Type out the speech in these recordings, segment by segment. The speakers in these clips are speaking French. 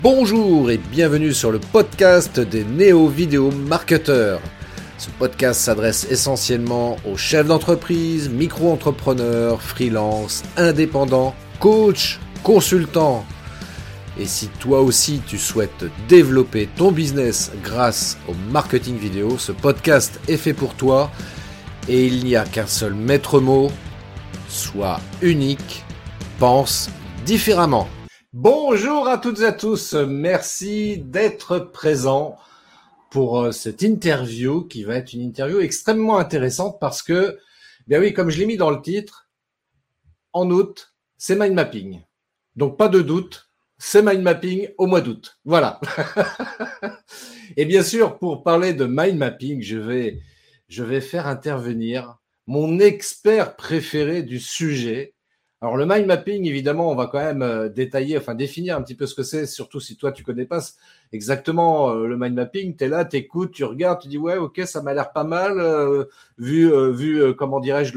Bonjour et bienvenue sur le podcast des néo-vidéo marketeurs. Ce podcast s'adresse essentiellement aux chefs d'entreprise, micro-entrepreneurs, freelance, indépendants, coachs, consultants. Et si toi aussi tu souhaites développer ton business grâce au marketing vidéo, ce podcast est fait pour toi et il n'y a qu'un seul maître mot, sois unique, pense différemment. Bonjour à toutes et à tous, merci d'être présents pour cette interview qui va être une interview extrêmement intéressante parce que, bien oui, comme je l'ai mis dans le titre, en août, c'est mind mapping. Donc pas de doute, c'est mind mapping au mois d'août. Voilà. Et bien sûr, pour parler de mind mapping, je vais faire intervenir mon expert préféré du sujet. Alors le mind mapping, évidemment, on va quand même définir un petit peu ce que c'est, surtout si toi tu connais pas exactement le mind mapping. Tu es là, tu écoutes, tu regardes, tu dis ouais, ok, ça m'a l'air pas mal, vu comment dirais-je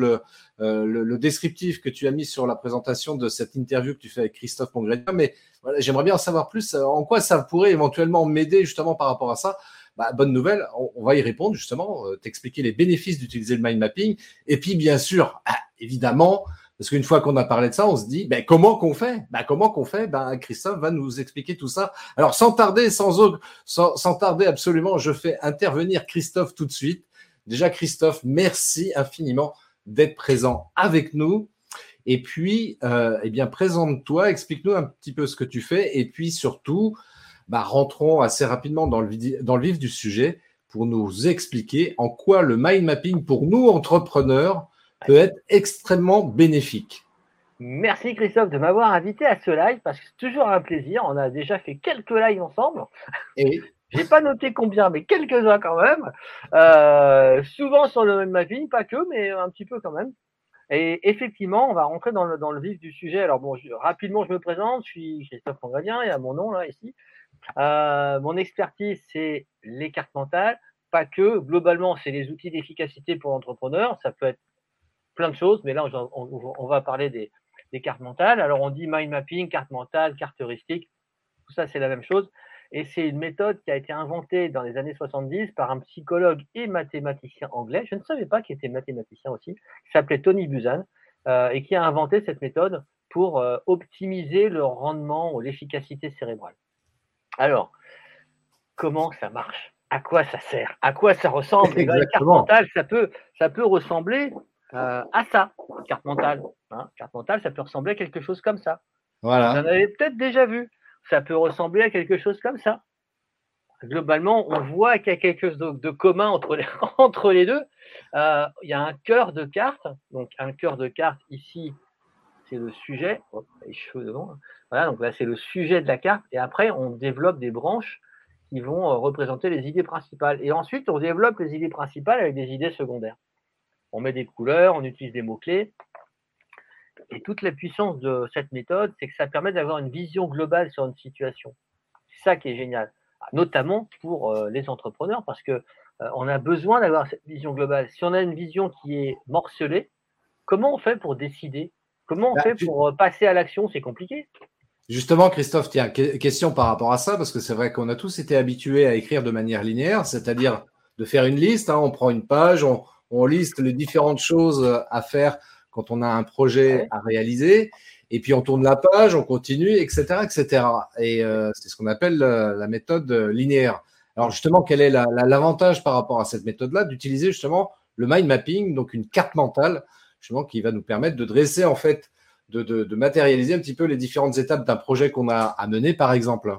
le descriptif que tu as mis sur la présentation de cette interview que tu fais avec Christophe Mongradia. Mais voilà, j'aimerais bien en savoir plus, en quoi ça pourrait éventuellement m'aider justement par rapport à ça. Bonne nouvelle, on va y répondre justement, t'expliquer les bénéfices d'utiliser le mind mapping. Et puis bien sûr, évidemment, parce qu'une fois qu'on a parlé de ça, on se dit, comment qu'on fait? Christophe va nous expliquer tout ça. Alors, sans tarder absolument, je fais intervenir Christophe tout de suite. Déjà, Christophe, merci infiniment d'être présent avec nous. Et puis, présente-toi, explique-nous un petit peu ce que tu fais. Et puis, surtout, rentrons assez rapidement dans le vif du sujet pour nous expliquer en quoi le mind mapping pour nous, entrepreneurs, peut être extrêmement bénéfique. Merci Christophe de m'avoir invité à ce live parce que c'est toujours un plaisir. On a déjà fait quelques lives ensemble. Et j'ai pas noté combien, mais quelques-uns quand même. Souvent sur le même mapping, pas que, mais un petit peu quand même. Et effectivement, on va rentrer dans le vif du sujet. Alors bon, rapidement, je me présente. Je suis Christophe Mongradia, il y a mon nom là ici. Mon expertise, c'est les cartes mentales, pas que. Globalement, c'est les outils d'efficacité pour l'entrepreneur. Ça peut être plein de choses, mais là, on va parler des cartes mentales. Alors, on dit mind mapping, carte mentale, carte heuristique. Tout ça, c'est la même chose. Et c'est une méthode qui a été inventée dans les années 70 par un psychologue et mathématicien anglais. Je ne savais pas qu'il était mathématicien aussi. Il s'appelait Tony Buzan et qui a inventé cette méthode pour optimiser le rendement ou l'efficacité cérébrale. Alors, comment ça marche? À quoi ça sert? À quoi ça ressemble? Et la carte mentale, ça peut ressembler à ça, carte mentale. Carte mentale, ça peut ressembler à quelque chose comme ça. Voilà. Vous en avez peut-être déjà vu. Ça peut ressembler à quelque chose comme ça. Globalement, on voit qu'il y a quelque chose de commun entre les deux. Il y a un cœur de carte. Donc, un cœur de carte, ici, c'est le sujet. Oh, les cheveux devant. Voilà, donc là, c'est le sujet de la carte. Et après, on développe des branches qui vont représenter les idées principales. Et ensuite, on développe les idées principales avec des idées secondaires. On met des couleurs, on utilise des mots-clés. Et toute la puissance de cette méthode, c'est que ça permet d'avoir une vision globale sur une situation. C'est ça qui est génial, notamment pour les entrepreneurs, parce qu'on a besoin d'avoir cette vision globale. Si on a une vision qui est morcelée, comment on fait pour décider? Comment on fait pour passer à l'action? C'est compliqué. Justement, Christophe, tiens, question par rapport à ça, parce que c'est vrai qu'on a tous été habitués à écrire de manière linéaire, c'est-à-dire de faire une liste, on prend une page, on liste les différentes choses à faire quand on a un projet à réaliser, et puis on tourne la page, on continue, etc., etc. Et c'est ce qu'on appelle la méthode linéaire. Alors justement, quel est l'avantage par rapport à cette méthode-là d'utiliser justement le mind mapping, donc une carte mentale, justement, qui va nous permettre de dresser en fait de matérialiser un petit peu les différentes étapes d'un projet qu'on a à mener, par exemple.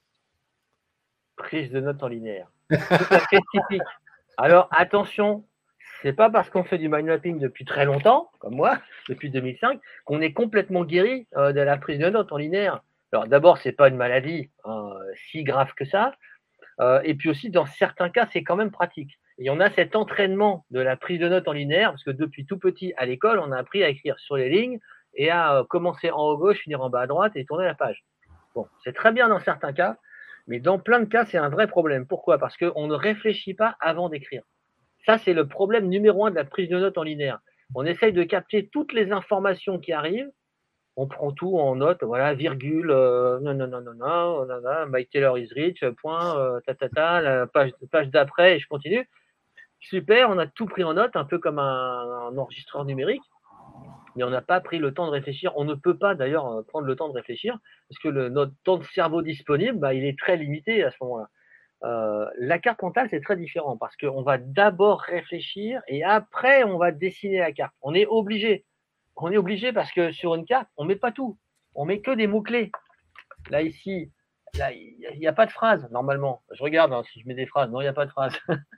Prise de notes en linéaire. Tout à fait typique. Alors, attention, c'est pas parce qu'on fait du mind mapping depuis très longtemps, comme moi, depuis 2005, qu'on est complètement guéri de la prise de notes en linéaire. Alors, d'abord, c'est pas une maladie si grave que ça. Et puis aussi, dans certains cas, c'est quand même pratique. Et on a cet entraînement de la prise de notes en linéaire, parce que depuis tout petit à l'école, on a appris à écrire sur les lignes et à commencer en haut à gauche, finir en bas à droite et tourner la page. Bon, c'est très bien dans certains cas, mais dans plein de cas, c'est un vrai problème. Pourquoi? Parce qu'on ne réfléchit pas avant d'écrire. Ça, c'est le problème numéro 1 de la prise de notes en linéaire. On essaye de capter toutes les informations qui arrivent on prend tout en note, voilà, virgule, non, non, non, non, non, non, non, My Taylor is rich, point, la page d'après, et je continue. Super, on a tout pris en note, un peu comme un enregistreur numérique, mais on n'a pas pris le temps de réfléchir. On ne peut pas d'ailleurs prendre le temps de réfléchir, parce que notre temps de cerveau disponible, bah, il est très limité à ce moment-là. La carte mentale, c'est très différent, parce qu'on va d'abord réfléchir, et après, on va dessiner la carte. On est obligé parce que sur une carte, on met pas tout. On met que des mots-clés. Là, ici, là, il n'y a pas de phrase, normalement. Je regarde si je mets des phrases. Non, il n'y a pas de phrase.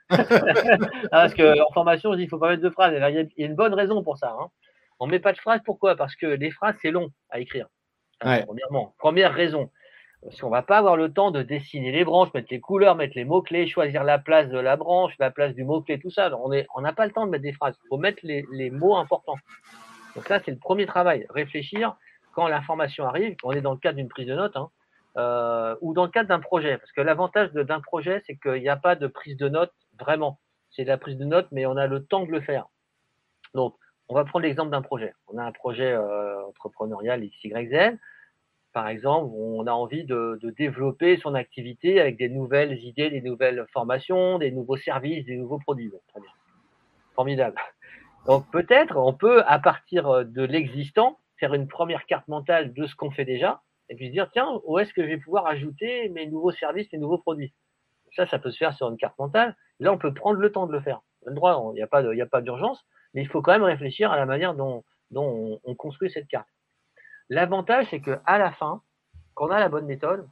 Parce qu'en formation, je dis qu'il ne faut pas mettre de phrase. Il y a une bonne raison pour ça. Hein. On ne met pas de phrase. Pourquoi? Parce que les phrases, c'est long à écrire. Ouais. Première raison. Parce qu'on ne va pas avoir le temps de dessiner les branches, mettre les couleurs, mettre les mots-clés, choisir la place de la branche, la place du mot-clé, tout ça. On n'a pas le temps de mettre des phrases. Il faut mettre les mots importants. Donc là, c'est le premier travail. Réfléchir quand l'information arrive, on est dans le cadre d'une prise de notes, hein, ou dans le cadre d'un projet. Parce que l'avantage d'un projet, c'est qu'il n'y a pas de prise de notes vraiment. C'est de la prise de notes, mais on a le temps de le faire. Donc, on va prendre l'exemple d'un projet. On a un projet entrepreneurial XYZ. Par exemple, on a envie de développer son activité avec des nouvelles idées, des nouvelles formations, des nouveaux services, des nouveaux produits. Bon, très bien. Formidable. Donc peut-être on peut, à partir de l'existant, faire une première carte mentale de ce qu'on fait déjà, et puis se dire, tiens, où est-ce que je vais pouvoir ajouter mes nouveaux services, mes nouveaux produits? Ça peut se faire sur une carte mentale. Là, on peut prendre le temps de le faire. Le droit, il n'y a pas d'urgence, mais il faut quand même réfléchir à la manière dont on construit cette carte. L'avantage, c'est qu'à la fin, quand on a la bonne méthode,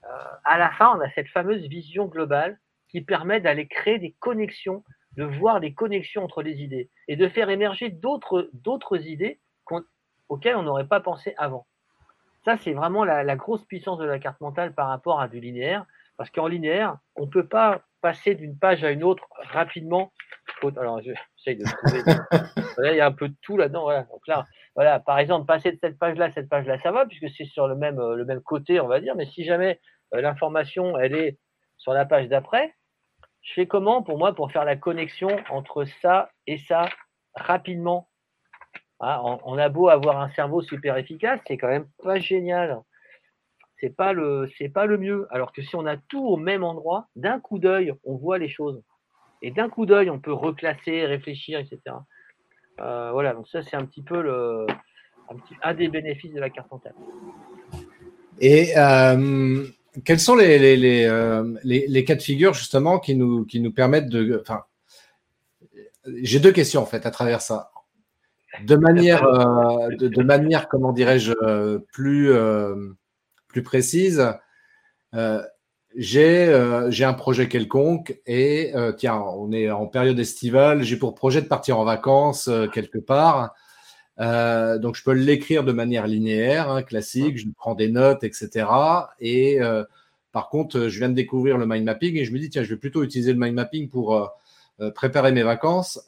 à la fin, on a cette fameuse vision globale qui permet d'aller créer des connexions, de voir des connexions entre les idées et de faire émerger d'autres idées auxquelles on n'aurait pas pensé avant. Ça, c'est vraiment la grosse puissance de la carte mentale par rapport à du linéaire, parce qu'en linéaire, on ne peut pas passer d'une page à une autre rapidement. Alors, j'essaye de trouver. Là, il y a un peu de tout là-dedans. Voilà. Donc là, voilà, par exemple, passer de cette page-là à cette page-là, ça va, puisque c'est sur le même côté, on va dire. Mais si jamais l'information, elle est sur la page d'après, je fais comment pour faire la connexion entre ça et ça rapidement? Ah, on a beau avoir un cerveau super efficace, c'est quand même pas génial. C'est pas le mieux. Alors que si on a tout au même endroit, d'un coup d'œil, on voit les choses. Et d'un coup d'œil, on peut reclasser, réfléchir, etc. Voilà, donc ça, c'est un petit peu un des bénéfices de la carte mentale. Et quels sont les cas de figure justement qui nous permettent de. Enfin, j'ai deux questions en fait à travers ça. De manière, comment dirais-je, plus précise. J'ai un projet quelconque et tiens, on est en période estivale, j'ai pour projet de partir en vacances quelque part. Donc, je peux l'écrire de manière linéaire, hein, classique, je prends des notes, etc. Et par contre, je viens de découvrir le mind mapping et je me dis, tiens, je vais plutôt utiliser le mind mapping pour préparer mes vacances.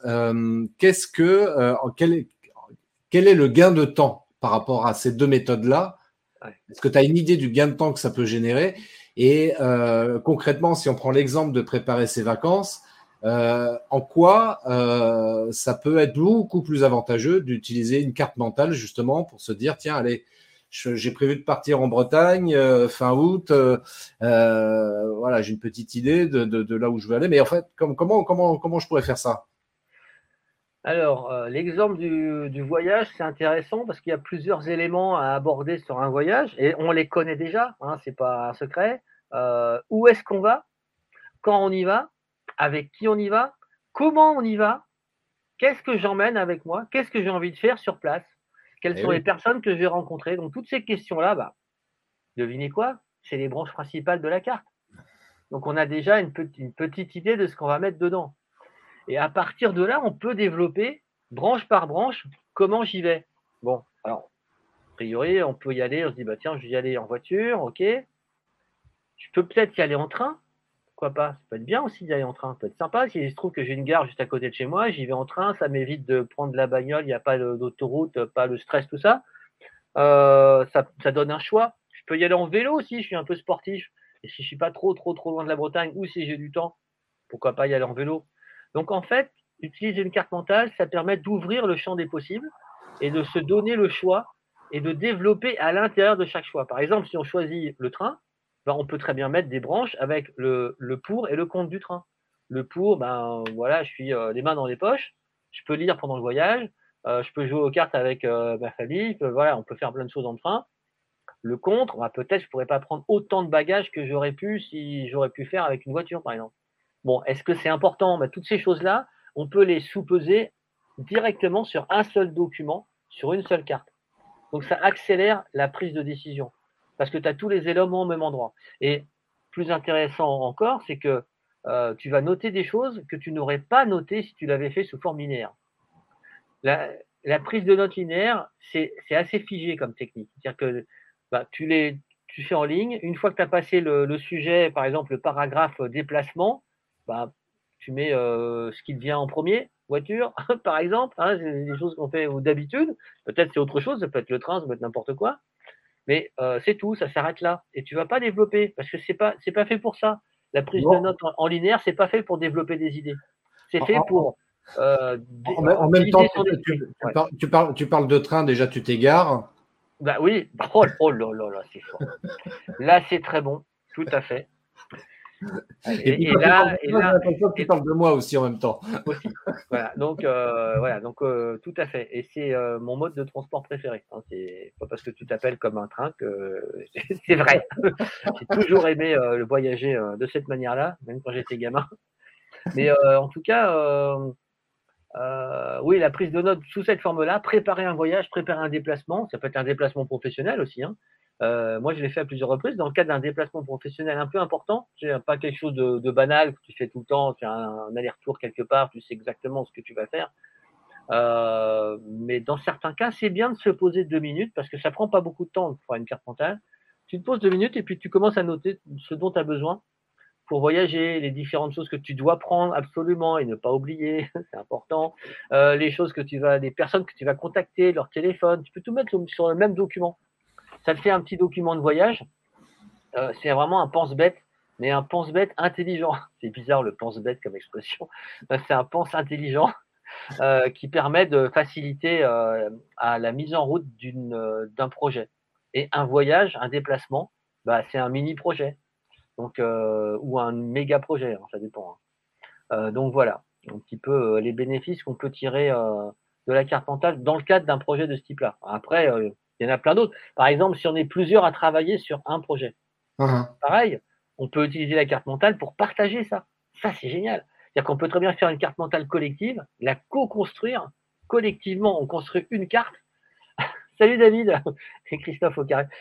Quel est le gain de temps par rapport à ces deux méthodes-là? Est-ce que tu as une idée du gain de temps que ça peut générer? Et concrètement, si on prend l'exemple de préparer ses vacances, en quoi ça peut être beaucoup plus avantageux d'utiliser une carte mentale justement pour se dire, tiens, allez, j'ai prévu de partir en Bretagne fin août, voilà, j'ai une petite idée de là où je veux aller, mais en fait, comment je pourrais faire ça? Alors, l'exemple du voyage, c'est intéressant parce qu'il y a plusieurs éléments à aborder sur un voyage et on les connaît déjà, hein, c'est pas un secret. Où est-ce qu'on va? Quand on y va? Avec qui on y va? Comment on y va? Qu'est-ce que j'emmène avec moi? Qu'est-ce que j'ai envie de faire sur place? Quelles sont les personnes que je vais rencontrer? Donc, toutes ces questions-là, bah, devinez quoi? C'est les branches principales de la carte. Donc, on a déjà une petite idée de ce qu'on va mettre dedans. Et à partir de là, on peut développer, branche par branche, comment j'y vais. Bon, alors, a priori, on peut y aller, on se dit, bah tiens, je vais y aller en voiture, ok. Je peux peut-être y aller en train, pourquoi pas? Ça peut être bien aussi d'y aller en train, ça peut être sympa. Si je trouve que j'ai une gare juste à côté de chez moi, j'y vais en train, ça m'évite de prendre la bagnole, il n'y a pas d'autoroute, pas le stress, tout ça. Ça donne un choix. Je peux y aller en vélo aussi, je suis un peu sportif. Et si je suis pas trop loin de la Bretagne, ou si j'ai du temps, pourquoi pas y aller en vélo? Donc en fait, utiliser une carte mentale, ça permet d'ouvrir le champ des possibles et de se donner le choix et de développer à l'intérieur de chaque choix. Par exemple, si on choisit le train, ben, on peut très bien mettre des branches avec le pour et le contre du train. Le pour, ben voilà, je suis les mains dans les poches, je peux lire pendant le voyage, je peux jouer aux cartes avec ma famille, voilà, on peut faire plein de choses en train. Le contre, ben, peut-être je pourrais pas prendre autant de bagages que j'aurais pu si j'aurais pu faire avec une voiture, par exemple. Bon, est-ce que c'est important? Ben, toutes ces choses-là, on peut les sous-peser directement sur un seul document, sur une seule carte. Donc ça accélère la prise de décision parce que tu as tous les éléments au même endroit. Et plus intéressant encore, c'est que tu vas noter des choses que tu n'aurais pas notées si tu l'avais fait sous forme linéaire. La prise de notes linéaire, c'est assez figé comme technique. C'est-à-dire que bah, tu fais en ligne. Une fois que tu as passé le sujet, par exemple le paragraphe déplacement, bah, tu mets ce qui te vient en premier, voiture, par exemple. Hein, c'est des choses qu'on fait d'habitude. Peut-être c'est autre chose, ça peut être le train, ça peut être n'importe quoi. Mais c'est tout, ça s'arrête là. Et tu vas pas développer parce que c'est pas fait pour ça. La prise de notes en linéaire, c'est pas fait pour développer des idées. C'est fait pour en même temps, tu parles de train, déjà tu t'égares. Bah oui, oh là là là, c'est fort. Là, c'est très bon, tout à fait. Et là, tu parles de moi aussi en même temps. Aussi. Voilà, donc tout à fait. Et c'est mon mode de transport préféré. Hein. C'est pas parce que tu t'appelles comme un train que c'est vrai. J'ai toujours aimé le voyager de cette manière-là, même quand j'étais gamin. Mais en tout cas, oui, la prise de notes sous cette forme-là, préparer un voyage, préparer un déplacement, ça peut être un déplacement professionnel aussi. Hein. Moi, je l'ai fait à plusieurs reprises dans le cadre d'un déplacement professionnel un peu important. C'est pas quelque chose de banal que tu fais tout le temps, tu as un aller-retour quelque part, tu sais exactement ce que tu vas faire. Mais dans certains cas, c'est bien de se poser 2 minutes parce que ça prend pas beaucoup de temps pour une carte mentale. Tu te poses 2 minutes et puis tu commences à noter ce dont tu as besoin pour voyager, les différentes choses que tu dois prendre absolument et ne pas oublier, c'est important. Les choses les personnes que tu vas contacter, leur téléphone, tu peux tout mettre sur le même document. Ça te fait un petit document de voyage. C'est vraiment un pense-bête, mais un pense-bête intelligent. C'est bizarre le pense-bête comme expression. C'est un pense intelligent qui permet de faciliter à la mise en route d'un projet. Et un voyage, un déplacement, bah, c'est un mini projet. Donc, ou un méga projet, hein, ça dépend. Hein. Donc voilà, un petit peu les bénéfices qu'on peut tirer de la carte mentale dans le cadre d'un projet de ce type-là. Après, il y en a plein d'autres. Par exemple, si on est plusieurs à travailler sur un projet, pareil, on peut utiliser la carte mentale pour partager ça. Ça, c'est génial. C'est-à-dire qu'on peut très bien faire une carte mentale collective, la co-construire collectivement. On construit une carte. Salut David, c'est Christophe au carré.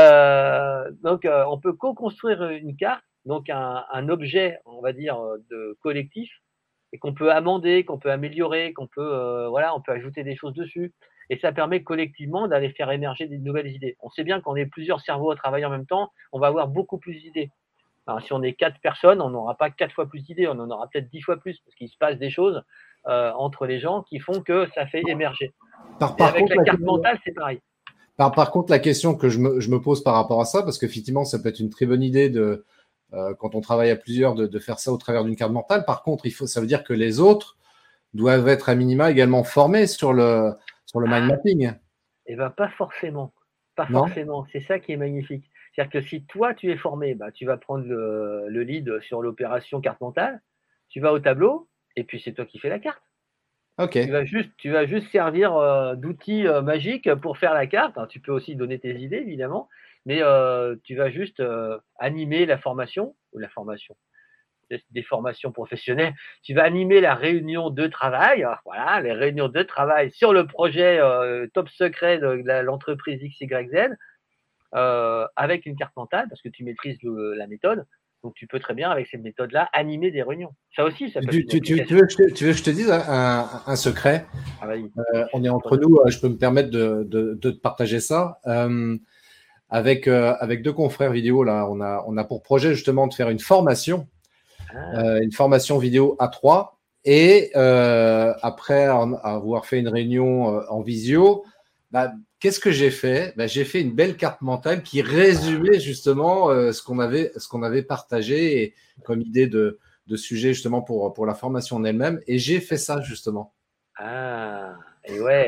Donc, on peut co-construire une carte, donc un objet, on va dire, de collectif, et qu'on peut amender, qu'on peut améliorer, on peut ajouter des choses dessus. Et ça permet collectivement d'aller faire émerger des nouvelles idées. On sait bien qu'on est plusieurs cerveaux à travailler en même temps, on va avoir beaucoup plus d'idées. Alors, si on est 4 personnes, on n'aura pas 4 fois plus d'idées, on en aura peut-être 10 fois plus, parce qu'il se passe des choses entre les gens qui font que ça fait émerger. Avec la carte mentale, c'est pareil. Par contre, la question que je me pose par rapport à ça, parce qu'effectivement, ça peut être une très bonne idée quand on travaille à plusieurs de faire ça au travers d'une carte mentale. Par contre, ça veut dire que les autres doivent être à minima également formés sur le mind mapping. Eh bien, pas forcément. Pas forcément. C'est ça qui est magnifique. C'est-à-dire que si toi, tu es formé, bah, tu vas prendre le lead sur l'opération carte mentale, tu vas au tableau, et puis c'est toi qui fais la carte. Okay. Tu vas juste servir d'outil magique pour faire la carte. Alors, tu peux aussi donner tes idées, évidemment, mais tu vas juste animer la formation, des formations professionnelles. Tu vas animer la réunion de travail, voilà, les réunions de travail sur le projet top secret de l'entreprise XYZ avec une carte mentale, parce que tu maîtrises la méthode. Donc, tu peux très bien, avec cette méthode-là, animer des réunions. Ça aussi, ça peut être tu veux que je te dise un secret? On est entre nous, je peux me permettre de te partager ça. Avec 2 confrères vidéo, là, on a pour projet justement de faire une formation vidéo à 3. Et après avoir fait une réunion en visio, bah, qu'est-ce que j'ai fait? J'ai fait une belle carte mentale qui résumait justement ce qu'on avait partagé comme idée de sujet justement pour la formation en elle-même. Et j'ai fait ça justement. Ah, et ouais.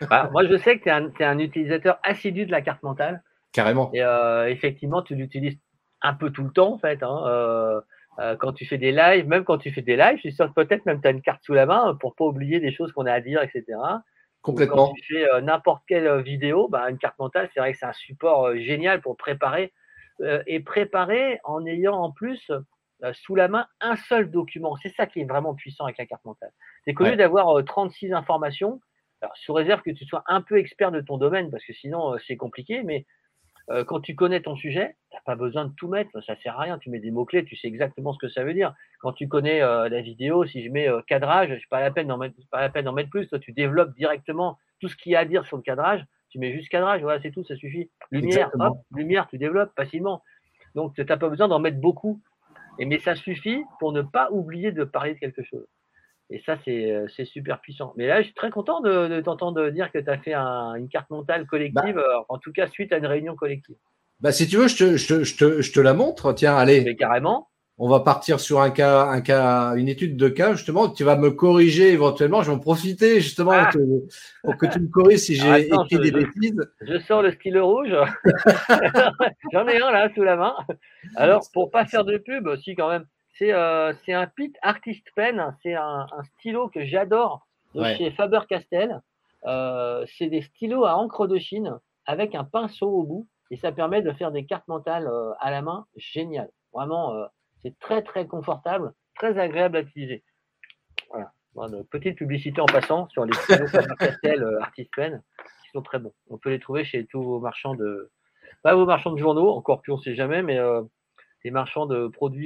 Bah, moi, je sais que tu es un utilisateur assidu de la carte mentale. Carrément. Et effectivement, tu l'utilises un peu tout le temps, en fait. Quand tu fais des lives, même quand tu fais des lives, je suis sûr que peut-être même tu as une carte sous la main pour pas oublier des choses qu'on a à dire, etc. Ou quand Complètement. tu fais n'importe quelle vidéo, bah, une carte mentale, c'est vrai que c'est un support génial pour préparer. Et préparer en ayant en plus sous la main un seul document. C'est ça qui est vraiment puissant avec la carte mentale. C'est qu'au lieu Ouais. d'avoir 36 informations, alors, sous réserve que tu sois un peu expert de ton domaine, parce que sinon c'est compliqué, mais quand tu connais ton sujet, tu n'as pas besoin de tout mettre, ça sert à rien. Tu mets des mots-clés, tu sais exactement ce que ça veut dire. Quand tu connais la vidéo, si je mets cadrage, c'est pas la peine d'en mettre plus. Toi, tu développes directement tout ce qu'il y a à dire sur le cadrage. Tu mets juste cadrage, voilà, c'est tout, ça suffit. Lumière, hop, Exactement. lumière, tu développes facilement. Donc, tu n'as pas besoin d'en mettre beaucoup. Mais ça suffit pour ne pas oublier de parler de quelque chose. Et ça, c'est super puissant. Mais là, je suis très content de t'entendre dire que tu as fait une carte mentale collective, Bah, en tout cas suite à une réunion collective. bah, si tu veux, je te la montre. Tiens, Mais allez, carrément. on va partir sur une étude de cas, justement. Tu vas me corriger éventuellement. Je vais en profiter, justement, Ah, pour que tu me corriges si alors j'ai attends, écrit des bêtises. je sors le stylo rouge. J'en ai un là sous la main. Alors, pour pas faire de pub, si quand même, c'est un Pitt Artist Pen. C'est un stylo que j'adore de Ouais, chez Faber-Castell. C'est des stylos à encre de Chine avec un pinceau au bout et ça permet de faire des cartes mentales à la main. Génial. Vraiment, c'est très très confortable, très agréable à utiliser. Voilà. Bon, petite publicité en passant sur les stylos Faber-Castell Artist Pen qui sont très bons. On peut les trouver chez tous vos marchands pas vos marchands de journaux, encore plus on ne sait jamais, mais les marchands de produits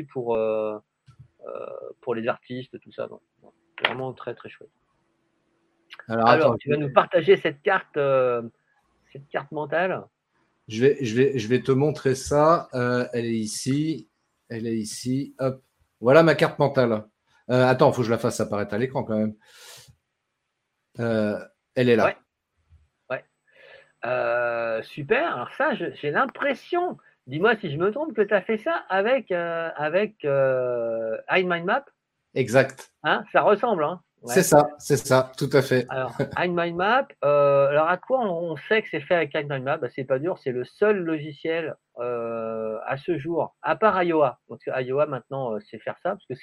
pour les artistes, tout ça. Donc, vraiment très très chouette. alors attends, Alors, tu vas nous partager cette carte mentale. je vais te montrer ça. Elle est ici. Elle est ici. Hop. Voilà ma carte mentale. Attends, il faut que je la fasse apparaître à l'écran quand même. Euh, Elle est Ouais, là. ouais. Super. Alors ça, j'ai l'impression, dis-moi si je me trompe, que tu as fait ça avec iMindMap. Exact. Hein, ça ressemble, hein. Ouais. C'est ça, tout à fait. Alors, iMindMap, alors à quoi on sait que c'est fait avec iMindMap? Bah, c'est pas dur, c'est le seul logiciel à ce jour, à part Iowa. Donc Iowa maintenant sait faire ça, parce que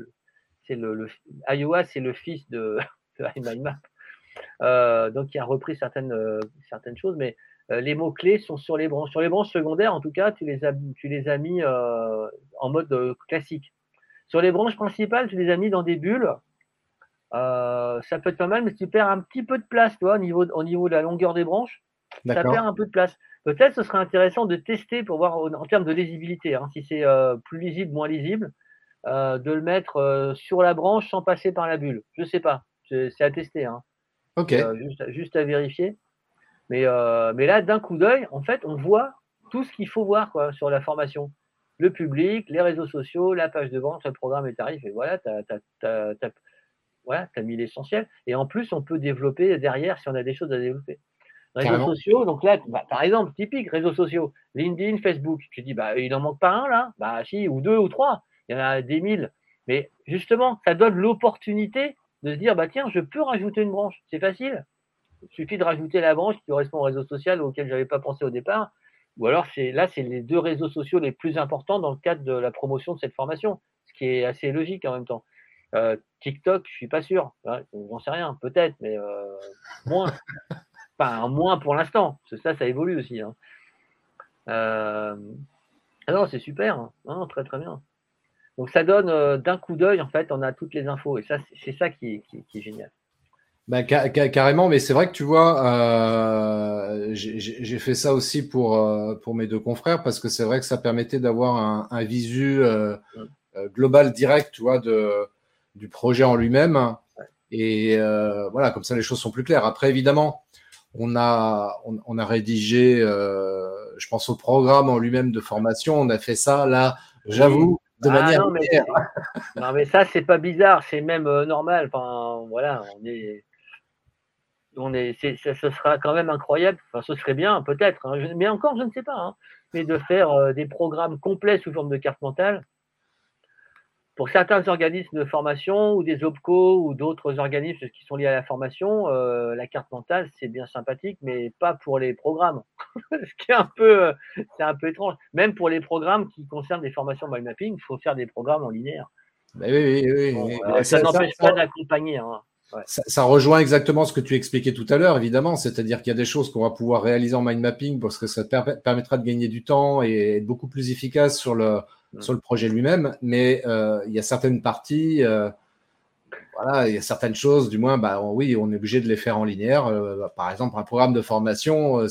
Iowa, c'est le fils de, de iMindMap. Donc il a repris certaines choses, mais les mots-clés sont sur les branches. Sur les branches secondaires, en tout cas, tu les as mis en mode classique. Sur les branches principales, tu les as mis dans des bulles. Ça peut être pas mal, mais tu perds un petit peu de place, toi, au niveau de la longueur des branches. Ça perd D'accord. un peu de place. Peut-être ce serait intéressant de tester pour voir en termes de lisibilité, hein, si c'est plus lisible, moins lisible, de le mettre sur la branche sans passer par la bulle. Je sais pas. C'est à tester. Hein. Ok. C'est juste à vérifier. Mais là, d'un coup d'œil, en fait, on voit tout ce qu'il faut voir quoi, sur la formation. Le public, les réseaux sociaux, la page de vente, le programme et tarif. Et voilà, tu as mis l'essentiel. Et en plus, on peut développer derrière si on a des choses à développer. Réseaux Carrément. sociaux, donc là, bah, par exemple, typique, réseaux sociaux, LinkedIn, Facebook. Tu dis, bah, il n'en manque pas un là? Bah, si, ou deux ou trois. Il y en a des mille. Mais justement, ça donne l'opportunité de se dire, bah, tiens, je peux rajouter une branche. C'est facile. Il suffit de rajouter la branche qui correspond au réseau social auquel je n'avais pas pensé au départ. Ou alors, c'est les deux réseaux sociaux les plus importants dans le cadre de la promotion de cette formation, ce qui est assez logique en même temps. TikTok, je suis pas sûr. Ouais, j'en sais rien, peut-être, mais moins. Enfin, moins pour l'instant. Parce que ça évolue aussi. Hein. Ah non, c'est super. Hein. Non, très très bien. Donc ça donne d'un coup d'œil, en fait, on a toutes les infos. Et ça, c'est ça qui est génial. Bah, carrément, mais c'est vrai que tu vois, j'ai fait ça aussi pour mes deux confrères parce que c'est vrai que ça permettait d'avoir un visu global direct, tu vois, du projet en lui-même. Et voilà, comme ça, les choses sont plus claires. Après, évidemment, on a rédigé, je pense au programme en lui-même de formation. On a fait ça, là, j'avoue, de Ah manière non, mais linéaire. non, mais ça, c'est pas bizarre, c'est même normal. Enfin, voilà, ce sera quand même incroyable. Enfin, ce serait bien, peut-être. Hein, mais encore, je ne sais pas. Hein, mais de faire des programmes complets sous forme de carte mentale, pour certains organismes de formation ou des OPCO ou d'autres organismes qui sont liés à la formation, la carte mentale, c'est bien sympathique, mais pas pour les programmes. Ce qui est c'est un peu étrange. Même pour les programmes qui concernent des formations mind mapping, il faut faire des programmes en linéaire. Oui. Bon, ça n'empêche pas d'accompagner. Hein. Ouais. Ça rejoint exactement ce que tu expliquais tout à l'heure, évidemment. C'est-à-dire qu'il y a des choses qu'on va pouvoir réaliser en mind mapping parce que ça te permettra de gagner du temps et être beaucoup plus efficace sur le projet lui-même. Mais il y a certaines parties, voilà, il y a certaines choses, du moins, oui, on est obligé de les faire en linéaire. Par exemple, un programme de formation,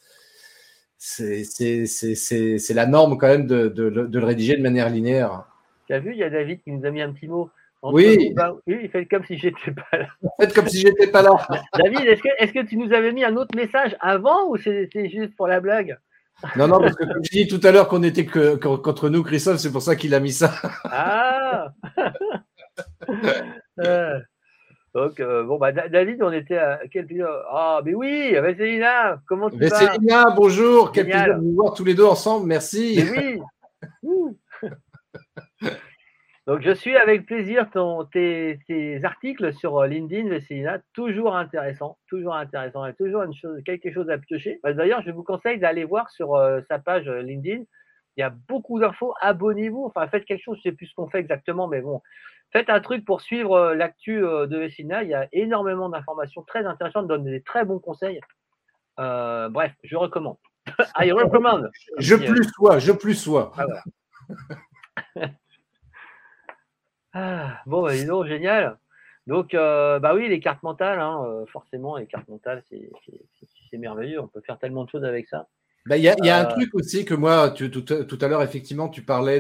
c'est la norme quand même de le rédiger de manière linéaire. Tu as vu, il y a David qui nous a mis un petit mot. Oui. Oui, il fait comme si j'étais pas là. Faites comme si j'étais pas là. David, est-ce que tu nous avais mis un autre message avant ou c'était juste pour la blague? Non, parce que comme je dis tout à l'heure qu'on était qu'entre nous, Christophe, c'est pour ça qu'il a mis ça. Ah. Donc, David, on était à quel épisode? Ah, mais oui, Vesselina, comment tu vas? Vesselina, bonjour, quel plaisir de vous voir tous les deux ensemble, merci. Mais oui. Donc, je suis avec plaisir tes articles sur LinkedIn, Vesselina, toujours intéressant. Il y a toujours quelque chose à piocher. D'ailleurs, je vous conseille d'aller voir sur sa page LinkedIn. Il y a beaucoup d'infos. Abonnez-vous. Enfin, faites quelque chose. Je ne sais plus ce qu'on fait exactement, mais bon. Faites un truc pour suivre l'actu de Vesselina. Il y a énormément d'informations très intéressantes, donne des très bons conseils. Bref, je recommande. I recommend. Je plus sois. Ah, voilà. Bon, dis donc, génial. Donc, oui, les cartes mentales, forcément, les cartes mentales, c'est merveilleux. On peut faire tellement de choses avec ça. Il y a un truc aussi que moi, tout à l'heure, effectivement, tu parlais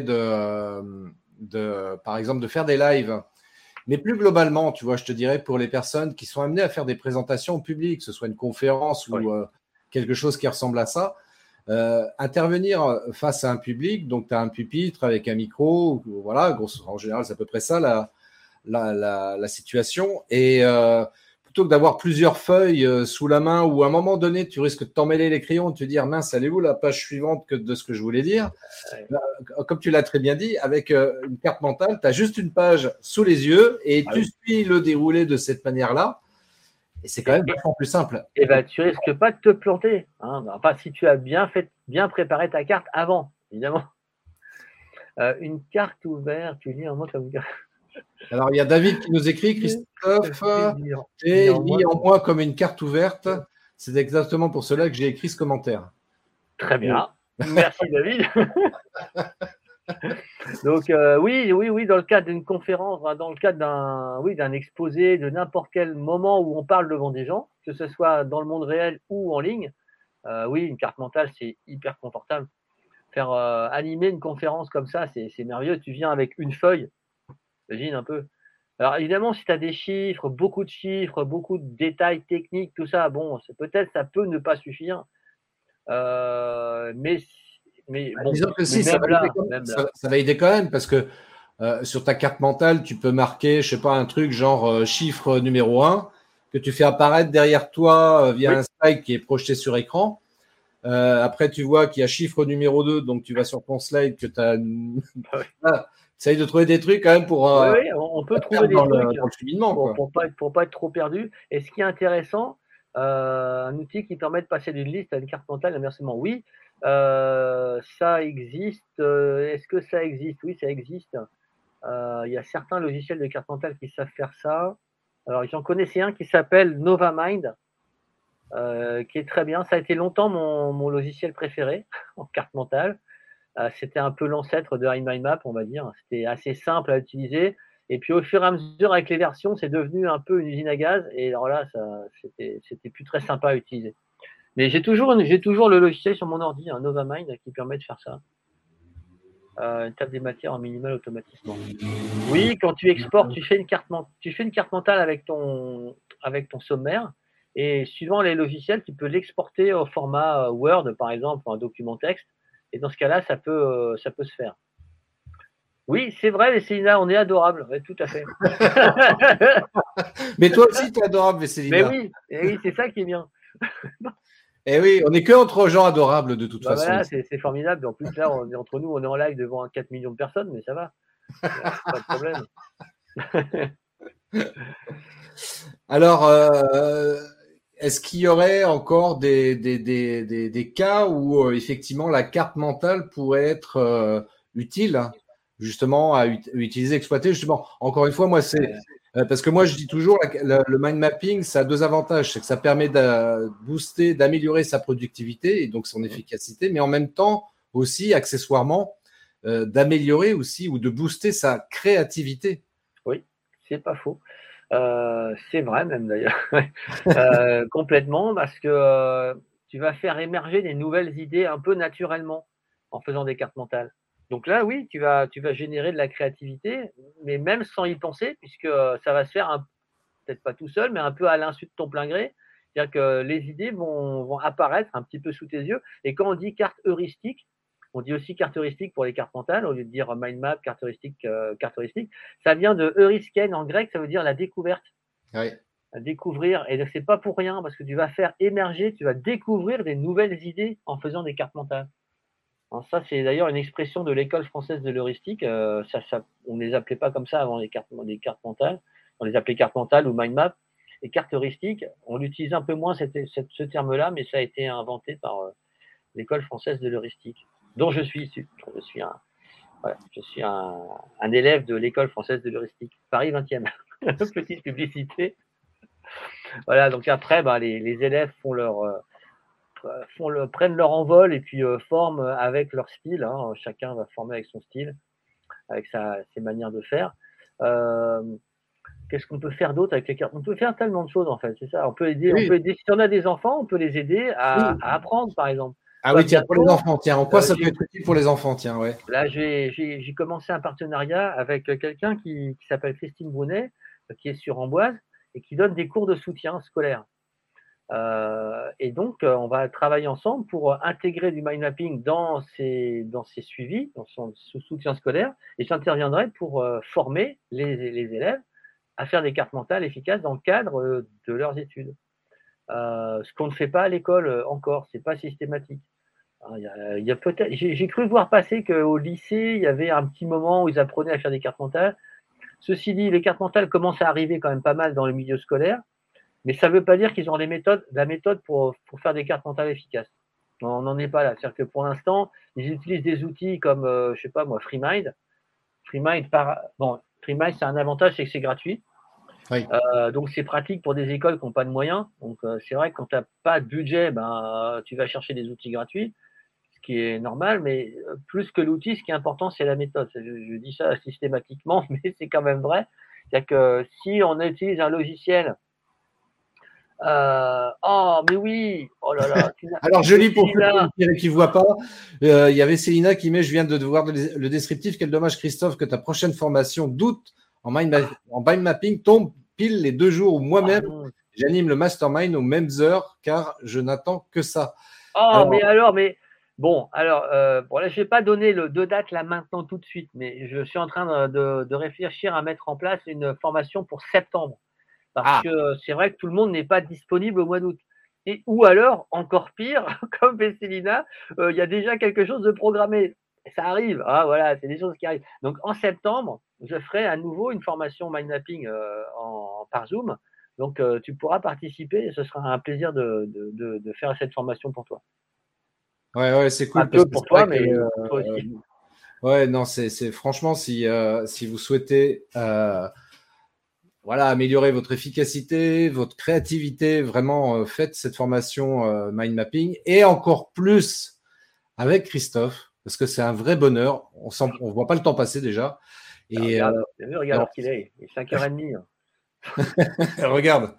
par exemple, de faire des lives. Mais plus globalement, tu vois, je te dirais, pour les personnes qui sont amenées à faire des présentations au public, que ce soit une conférence ou quelque chose qui ressemble à ça, intervenir face à un public, donc tu as un pupitre avec un micro, voilà, en général, c'est à peu près ça la situation. Et plutôt que d'avoir plusieurs feuilles sous la main où à un moment donné, tu risques de t'emmêler les crayons et de te dire, mince, elle est où la page suivante de ce que je voulais dire? Comme tu l'as très bien dit, avec une carte mentale, tu as juste une page sous les yeux et tu suis le déroulé de cette manière-là. Et c'est quand même vachement plus simple. Et tu risques pas de te planter. Enfin, si tu as bien préparé ta carte avant, évidemment. Une carte ouverte, tu lis en moi comme carte. Alors, il y a David qui nous écrit, Christophe, et lis en moi comme une carte ouverte. C'est exactement pour cela que j'ai écrit ce commentaire. Très bien. Merci, David. Donc, oui, dans le cadre d'une conférence, dans le cadre d'un exposé, de n'importe quel moment où on parle devant des gens, que ce soit dans le monde réel ou en ligne, oui, une carte mentale, c'est hyper confortable. Faire animer une conférence comme ça, c'est merveilleux. Tu viens avec une feuille, imagine un peu. Alors, évidemment, si tu as des chiffres, beaucoup de détails techniques, tout ça, bon, peut-être ça peut ne pas suffire. Mais bon, disons que si, ça va aider quand même parce que sur ta carte mentale, tu peux marquer, je sais pas, un truc genre chiffre numéro 1 que tu fais apparaître derrière toi via un slide qui est projeté sur écran. Après, tu vois qu'il y a chiffre numéro 2, donc tu vas sur ton slide que tu as. Essaye de trouver des trucs quand même pour. Oui, on peut trouver des trucs dans le cheminement, pour pas être trop perdu. Et ce qui est intéressant, un outil qui permet de passer d'une liste à une carte mentale inversement. Oui, ça existe. Est-ce que ça existe? Oui, ça existe. Il y a certains logiciels de carte mentale qui savent faire ça. Alors, j'en connaissais un qui s'appelle NovaMind, qui est très bien. Ça a été longtemps mon logiciel préféré en carte mentale. C'était un peu l'ancêtre de iMindMap, on va dire. C'était assez simple à utiliser. Et puis, au fur et à mesure, avec les versions, c'est devenu un peu une usine à gaz. Et alors là, c'était plus très sympa à utiliser. Mais j'ai toujours le logiciel sur mon ordi, un NovaMind, qui permet de faire ça. Une table des matières en minimal automatiquement. Oui, quand tu exportes, tu fais une carte mentale avec ton sommaire. Et suivant les logiciels, tu peux l'exporter au format Word, par exemple, ou un document texte. Et dans ce cas-là, ça peut se faire. Oui, c'est vrai, Vesselina, on est adorable. Ouais, tout à fait. Mais toi aussi, tu es adorable, Vesselina. Mais oui, c'est ça qui est bien. Et oui, on n'est que entre gens adorables de toute façon. Voilà, c'est formidable. En plus, là, entre nous, on est en live devant 4 millions de personnes, mais ça va. Pas de problème. Alors, est-ce qu'il y aurait encore des cas où effectivement la carte mentale pourrait être utile, hein, justement à utiliser, exploiter justement. Encore une fois, moi c'est parce que moi je dis toujours le mind mapping, ça a deux avantages, c'est que ça permet de booster, d'améliorer sa productivité et donc son efficacité, mais en même temps aussi accessoirement d'améliorer aussi ou de booster sa créativité. Oui, c'est pas faux. C'est vrai même d'ailleurs. Complètement parce que tu vas faire émerger des nouvelles idées un peu naturellement en faisant des cartes mentales. Donc là, oui, tu vas générer de la créativité, mais même sans y penser, puisque ça va se faire peut-être pas tout seul, mais un peu à l'insu de ton plein gré. C'est-à-dire que les idées vont apparaître un petit peu sous tes yeux. Et quand on dit carte heuristique, on dit aussi carte heuristique pour les cartes mentales, au lieu de dire mind map, carte heuristique, carte heuristique. Ça vient de eurisken en grec, ça veut dire la découverte. Oui. À découvrir, et c'est pas pour rien, parce que tu vas faire émerger, tu vas découvrir des nouvelles idées en faisant des cartes mentales. Alors ça, c'est d'ailleurs une expression de l'école française de l'heuristique. On ne les appelait pas comme ça avant les cartes mentales. On les appelait cartes mentales ou mind map. Et cartes heuristiques, on l'utilise un peu moins ce terme-là, mais ça a été inventé par l'école française de l'heuristique, dont je suis issu. Je suis un élève de l'école française de l'heuristique, Paris 20e. Petite publicité. Voilà, donc après, les élèves prennent leur envol et puis forment avec leur style. Hein. Chacun va former avec son style, avec ses manières de faire. Qu'est-ce qu'on peut faire d'autre avec les cartes? On peut faire tellement de choses en fait, c'est ça. On peut aider, si on a des enfants, on peut les aider à apprendre par exemple. Ah oui, tiens, pour les enfants, tiens, en quoi ça peut être utile pour les enfants, tiens, ouais. Là, j'ai commencé un partenariat avec quelqu'un qui s'appelle Christine Brunet, qui est sur Amboise et qui donne des cours de soutien scolaire. Et donc, on va travailler ensemble pour intégrer du mind mapping dans ses suivis, dans son soutien scolaire, et j'interviendrai pour former les élèves à faire des cartes mentales efficaces dans le cadre de leurs études. Ce qu'on ne fait pas à l'école encore, c'est pas systématique. Il y a peut-être, j'ai cru voir passer qu'au lycée, il y avait un petit moment où ils apprenaient à faire des cartes mentales. Ceci dit, les cartes mentales commencent à arriver quand même pas mal dans le milieu scolaire. Mais ça ne veut pas dire qu'ils ont la méthode pour faire des cartes mentales efficaces. On n'en est pas là. C'est-à-dire que pour l'instant, ils utilisent des outils comme, je sais pas moi, FreeMind. FreeMind, c'est un avantage, c'est que c'est gratuit. Oui. Donc c'est pratique pour des écoles qui n'ont pas de moyens. Donc c'est vrai que quand tu n'as pas de budget, tu vas chercher des outils gratuits, ce qui est normal. Mais plus que l'outil, ce qui est important, c'est la méthode. Je dis ça systématiquement, mais c'est quand même vrai. C'est-à-dire que si on utilise un logiciel oh, mais oui! Oh là là! Alors, je lis pour ceux qui ne voient pas. Il y avait Célina qui met: je viens de voir le descriptif. Quel dommage, Christophe, que ta prochaine formation d'août en mind mapping tombe pile les 2 jours où moi-même j'anime le mastermind aux mêmes heures, car je n'attends que ça. Oh, bon, là, je ne vais pas donner de date là maintenant tout de suite, mais je suis en train de réfléchir à mettre en place une formation pour septembre. Parce que c'est vrai que tout le monde n'est pas disponible au mois d'août. Ou alors, encore pire, comme fait Célina, il y a déjà quelque chose de programmé. Ça arrive, voilà, c'est des choses qui arrivent. Donc en septembre, je ferai à nouveau une formation mind mapping par Zoom. Donc tu pourras participer et ce sera un plaisir de faire cette formation pour toi. Ouais, c'est cool. Pas que pour toi, mais pour toi aussi. Ouais, non, c'est franchement, si vous souhaitez améliorer votre efficacité, votre créativité, vraiment faites cette formation mind mapping et encore plus avec Christophe, parce que c'est un vrai bonheur. On voit pas le temps passer déjà. Et regarde l'heure qu'il est. Il est 5h30. Regarde.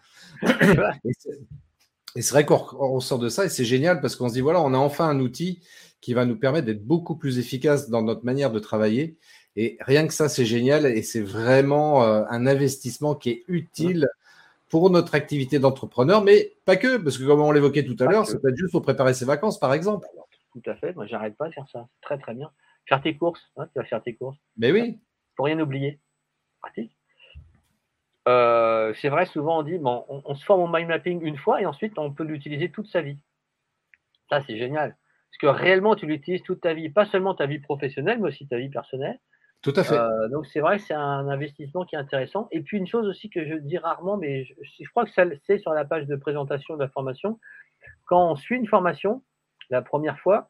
Et c'est vrai qu'on sort de ça et c'est génial parce qu'on se dit voilà, on a enfin un outil qui va nous permettre d'être beaucoup plus efficace dans notre manière de travailler. Et rien que ça, c'est génial et c'est vraiment un investissement qui est utile pour notre activité d'entrepreneur, mais pas que, parce que comme on l'évoquait tout à l'heure, c'est peut-être juste pour préparer ses vacances, par exemple. Tout à fait. Moi, j'arrête pas de faire ça. C'est très, très bien. Faire tes courses. Tu vas faire tes courses. Mais oui. Pour rien oublier. Pratique. C'est vrai, souvent on dit, on se forme au mind mapping une fois et ensuite on peut l'utiliser toute sa vie. Ça, c'est génial. Parce que réellement, tu l'utilises toute ta vie, pas seulement ta vie professionnelle, mais aussi ta vie personnelle. Tout à fait. Donc c'est vrai que c'est un investissement qui est intéressant. Et puis une chose aussi que je dis rarement, mais je crois que ça c'est sur la page de présentation de la formation. Quand on suit une formation la première fois,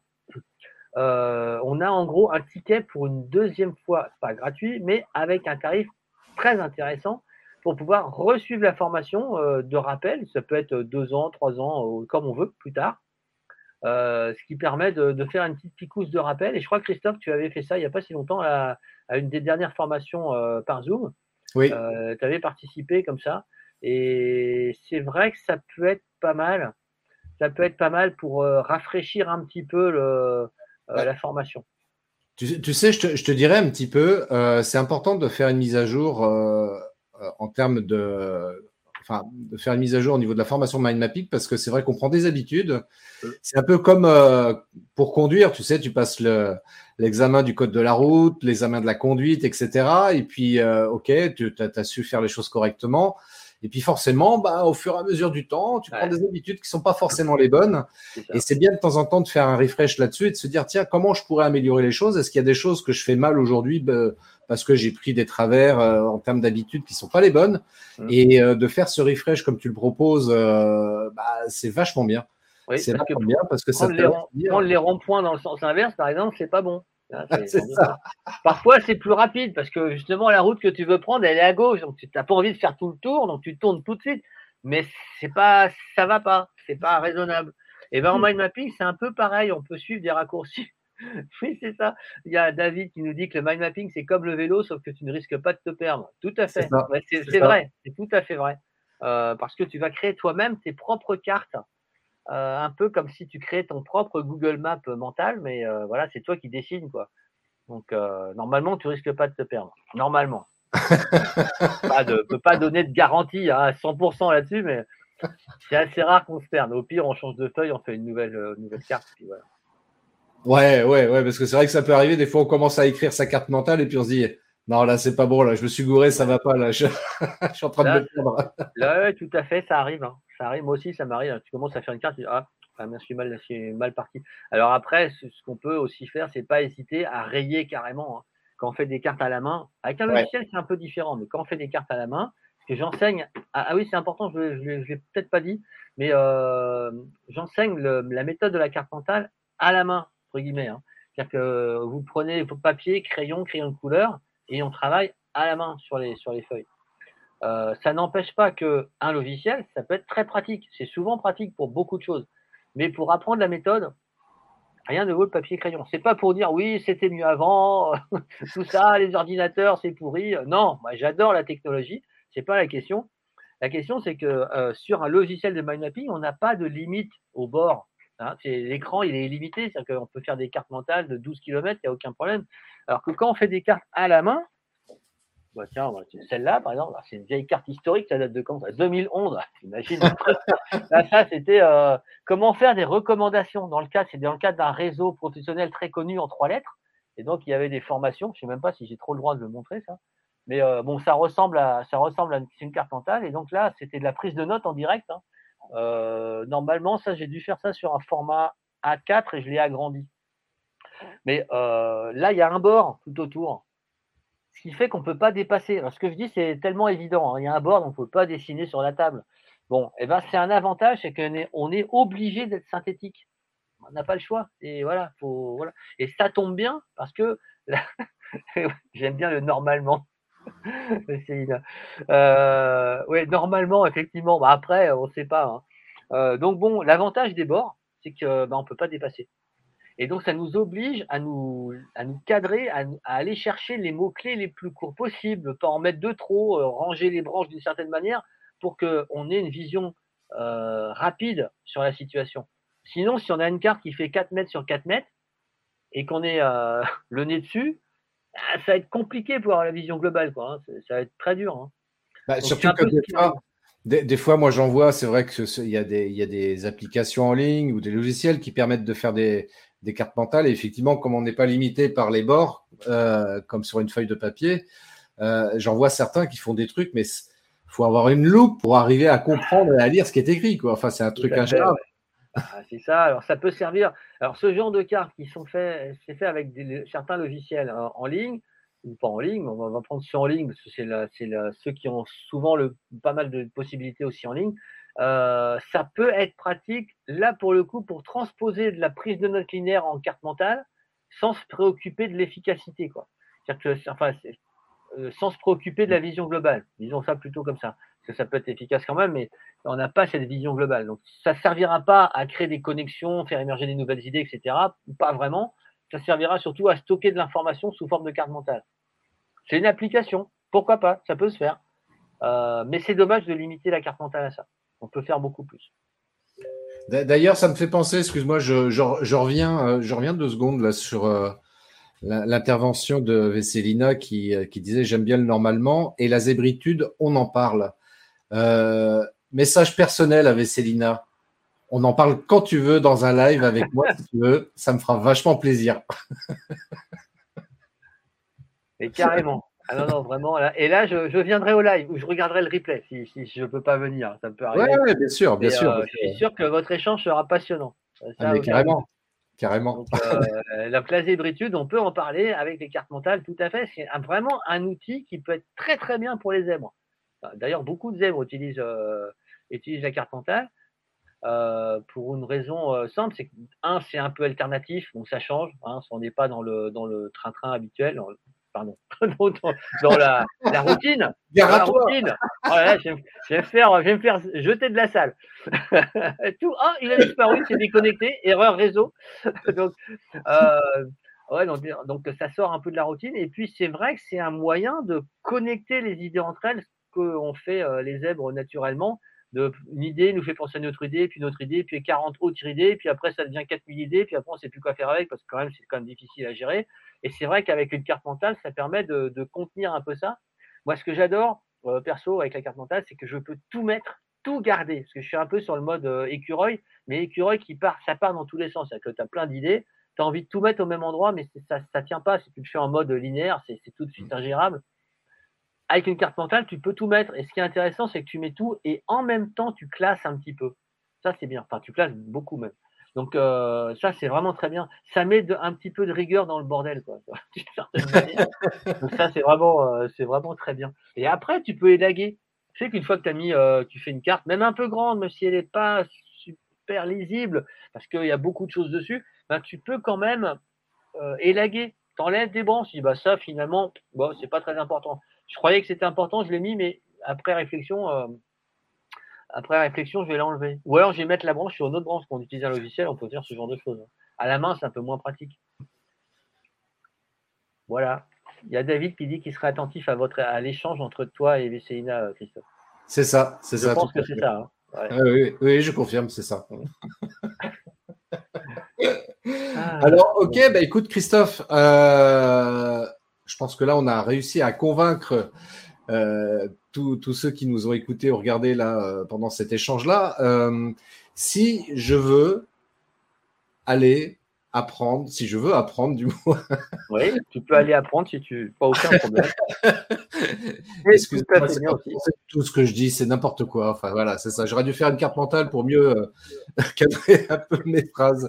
on a en gros un ticket pour une deuxième fois, pas gratuit, mais avec un tarif très intéressant pour pouvoir resuivre la formation de rappel. Ça peut être 2 ans, 3 ans, comme on veut plus tard. Ce qui permet de faire une petite picouse de rappel. Et je crois que Christophe, tu avais fait ça il n'y a pas si longtemps à une des dernières formations par Zoom. Oui. Tu avais participé comme ça. Et c'est vrai que ça peut être pas mal. Ça peut être pas mal pour rafraîchir un petit peu Bah, la formation. tu sais, je te dirais un petit peu, c'est important de faire une mise à jour en termes enfin, de faire une mise à jour au niveau de la formation mind mapping parce que c'est vrai qu'on prend des habitudes. C'est un peu comme pour conduire, tu sais, tu passes l'examen du code de la route, l'examen de la conduite, etc. Et puis, ok, tu as su faire les choses correctement. Et puis forcément, bah, au fur et à mesure du temps, tu prends des habitudes qui sont pas forcément les bonnes. Et c'est bien de temps en temps de faire un refresh là-dessus et de se dire, tiens, comment je pourrais améliorer les choses? Est-ce qu'il y a des choses que je fais mal aujourd'hui parce que j'ai pris des travers en termes d'habitudes qui sont pas les bonnes? Et de faire ce refresh comme tu le proposes, bah, c'est vachement bien. Oui, C'est parce que vachement bien parce que ça te prendre les ronds-points dans le sens inverse, par exemple, c'est pas bon. Là, c'est ça. Parfois, c'est plus rapide parce que justement, la route que tu veux prendre, elle est à gauche. Donc, tu n'as pas envie de faire tout le tour, donc tu tournes tout de suite. Mais c'est pas, ça va pas. C'est pas raisonnable. Et ben, en mind mapping, c'est un peu pareil. On peut suivre des raccourcis. Oui, c'est ça. Il y a David qui nous dit que le mind mapping, c'est comme le vélo, sauf que tu ne risques pas de te perdre. Tout à C'est fait. ça. Ouais, c'est vrai. C'est tout à fait vrai. Parce que tu vas créer toi-même tes propres cartes. Un peu comme si tu créais ton propre Google Maps mental, mais voilà, c'est toi qui décides, quoi. Donc, normalement, tu risques pas de te perdre. Normalement. Peut pas donner de garantie à 100% là-dessus, mais c'est assez rare qu'on se perde. Au pire, on change de feuille, on fait une nouvelle carte, puis voilà. Ouais, parce que c'est vrai que ça peut arriver. Des fois, on commence à écrire sa carte mentale et puis on se dit, non, là, c'est pas bon, là, je me suis gouré, ça va pas, là, je suis en train de Là, me perdre. là, ouais, tout à fait, ça arrive, hein. Ça arrive, moi aussi, ça m'arrive. Tu commences à faire une carte, tu dis, ah, je suis mal parti. Alors après, ce qu'on peut aussi faire, c'est pas hésiter à rayer carrément, hein. Quand on fait des cartes à la main, avec un Ouais. logiciel, c'est un peu différent, mais quand on fait des cartes à la main, ce que j'enseigne, ah oui, c'est important, je l'ai peut-être pas dit, mais j'enseigne la méthode de la carte mentale à la main, entre guillemets, hein. C'est-à-dire que vous prenez papier, crayon de couleur, et on travaille à la main sur les feuilles. Ça n'empêche pas qu'un logiciel, ça peut être très pratique. C'est souvent pratique pour beaucoup de choses. Mais pour apprendre la méthode, rien ne vaut le papier crayon. C'est pas pour dire oui, c'était mieux avant, tout ça, les ordinateurs, c'est pourri. Non, moi j'adore la technologie, c'est pas la question. La question, c'est que sur un logiciel de mind mapping, on n'a pas de limite au bord. Hein. L'écran, il est illimité, c'est-à-dire qu'on peut faire des cartes mentales de 12 km, il n'y a aucun problème. Alors que quand on fait des cartes à la main, bah tiens, celle-là, par exemple, c'est une vieille carte historique, ça date de quand? 2011, t'imagines le truc. Là, ça, c'était comment faire des recommandations. C'est dans le cadre d'un réseau professionnel très connu en 3 lettres. Et donc, il y avait des formations. Je ne sais même pas si j'ai trop le droit de le montrer, ça. Mais bon, ça ressemble à une carte mentale. Et donc là, c'était de la prise de notes en direct, hein. Normalement, ça, j'ai dû faire ça sur un format A4 et je l'ai agrandi. Mais là, il y a un bord tout autour. Ce qui fait qu'on ne peut pas dépasser. Alors, ce que je dis, c'est tellement évident, hein. Il y a un board, on ne peut pas dessiner sur la table. Bon, eh ben, c'est un avantage, c'est qu'on est obligé d'être synthétique. On n'a pas le choix. Et voilà, voilà. Et ça tombe bien parce que j'aime bien le normalement. Oui, normalement, effectivement. Bah, après, on ne sait pas, hein. Donc bon, l'avantage des bords, c'est que on ne peut pas dépasser. Et donc, ça nous oblige à nous cadrer, à aller chercher les mots-clés les plus courts possibles, pas en mettre de trop, ranger les branches d'une certaine manière pour qu'on ait une vision rapide sur la situation. Sinon, si on a une carte qui fait 4 mètres sur 4 mètres et qu'on est le nez dessus, ça va être compliqué pour avoir la vision globale, quoi, hein. Ça va être très dur, hein. Bah, Donc, surtout que des fois, moi, j'en vois, c'est vrai qu'il y a des applications en ligne ou des logiciels qui permettent de faire des cartes mentales. Et effectivement, comme on n'est pas limité par les bords, comme sur une feuille de papier, j'en vois certains qui font des trucs, mais il faut avoir une loupe pour arriver à comprendre et à lire ce qui est écrit, quoi. Enfin, c'est un truc ingérable. Ouais. Ah, c'est ça. Alors, ça peut servir. Alors, ce genre de cartes c'est fait avec certains logiciels en ligne. ou pas en ligne, on va prendre ceux en ligne parce que c'est ceux qui ont souvent pas mal de possibilités aussi en ligne. Ça peut être pratique, là pour le coup, pour transposer de la prise de notes linéaire en carte mentale sans se préoccuper de l'efficacité, quoi. C'est-à-dire que, enfin, sans se préoccuper de la vision globale. Disons ça plutôt comme ça. Parce que ça peut être efficace quand même, mais on n'a pas cette vision globale. Donc, ça ne servira pas à créer des connexions, faire émerger des nouvelles idées, etc. Pas vraiment. Ça servira surtout à stocker de l'information sous forme de carte mentale. C'est une application. Pourquoi pas? Ça peut se faire. Mais c'est dommage de limiter la carte mentale à ça. On peut faire beaucoup plus. D'ailleurs, ça me fait penser, excuse-moi, je reviens 2 secondes là sur l'intervention de Vesselina qui disait j'aime bien le normalement et la zébritude, on en parle. Message personnel à Vesselina. On en parle quand tu veux dans un live avec moi si tu veux. Ça me fera vachement plaisir. Et carrément. Ah non, non, vraiment. Là. Et là, je viendrai au live ou je regarderai le replay si je ne peux pas venir. Ça peut arriver. Ouais, bien sûr, bien sûr. Je suis sûr que votre échange sera passionnant. Ça, mais carrément. Carrément. Donc, la zébritude, on peut en parler avec les cartes mentales, tout à fait. C'est vraiment un outil qui peut être très très bien pour les zèbres. D'ailleurs, beaucoup de zèbres utilisent la carte mentale pour une raison simple, c'est que c'est un peu alternatif, donc ça change. On n'est pas dans le train-train habituel. Pardon, dans la routine. La routine. Oh là là, je vais me faire jeter de la salle. Il a disparu, c'est déconnecté, erreur réseau. Donc, donc ça sort un peu de la routine. Et puis c'est vrai que c'est un moyen de connecter les idées entre elles, ce qu'ont fait les zèbres naturellement. Une idée nous fait penser à une autre idée, puis une autre idée, puis 40 autres idées, puis après ça devient 4000 idées, puis après on ne sait plus quoi faire avec parce que c'est quand même difficile à gérer. Et c'est vrai qu'avec une carte mentale, ça permet de contenir un peu ça. Moi, ce que j'adore, perso, avec la carte mentale, c'est que je peux tout mettre, tout garder. Parce que je suis un peu sur le mode écureuil, mais écureuil ça part dans tous les sens. C'est-à-dire que tu as plein d'idées, tu as envie de tout mettre au même endroit, mais ça ne tient pas. Si tu le fais en mode linéaire, c'est tout de suite ingérable. Avec une carte mentale, tu peux tout mettre. Et ce qui est intéressant, c'est que tu mets tout et en même temps, tu classes un petit peu. Ça, c'est bien. Enfin, tu classes beaucoup même. Donc, ça, c'est vraiment très bien. Ça met un petit peu de rigueur dans le bordel, quoi. D'une certaine manière. Donc, ça, c'est vraiment très bien. Et après, tu peux élaguer. Tu sais qu'une fois que tu fais une carte, même un peu grande, même si elle n'est pas super lisible, parce qu'il y a beaucoup de choses dessus, ben, tu peux quand même élaguer. Tu enlèves des branches. Tu dis, bah, ça, finalement, bon, c'est pas très important. Je croyais que c'était important, je l'ai mis, mais après réflexion, je vais l'enlever. Ou alors, je vais mettre la branche sur une autre branche. Quand on utilise un logiciel, on peut faire ce genre de choses. À la main, c'est un peu moins pratique. Voilà. Il y a David qui dit qu'il serait attentif à l'échange entre toi et Vesselina, Christophe. C'est ça, c'est ça. Je pense que c'est ça. Hein. Ouais. Oui, je confirme, c'est ça. Alors, ok, bah écoute, Christophe, je pense que là, on a réussi à convaincre tous ceux qui nous ont écoutés ou regardés là pendant cet échange-là. Si je veux apprendre du moins. Oui, tu peux aller apprendre si tu pas aucun problème. Excuse-moi, c'est tout ce que je dis, c'est n'importe quoi. Enfin voilà, c'est ça. J'aurais dû faire une carte mentale pour mieux cadrer un peu mes phrases.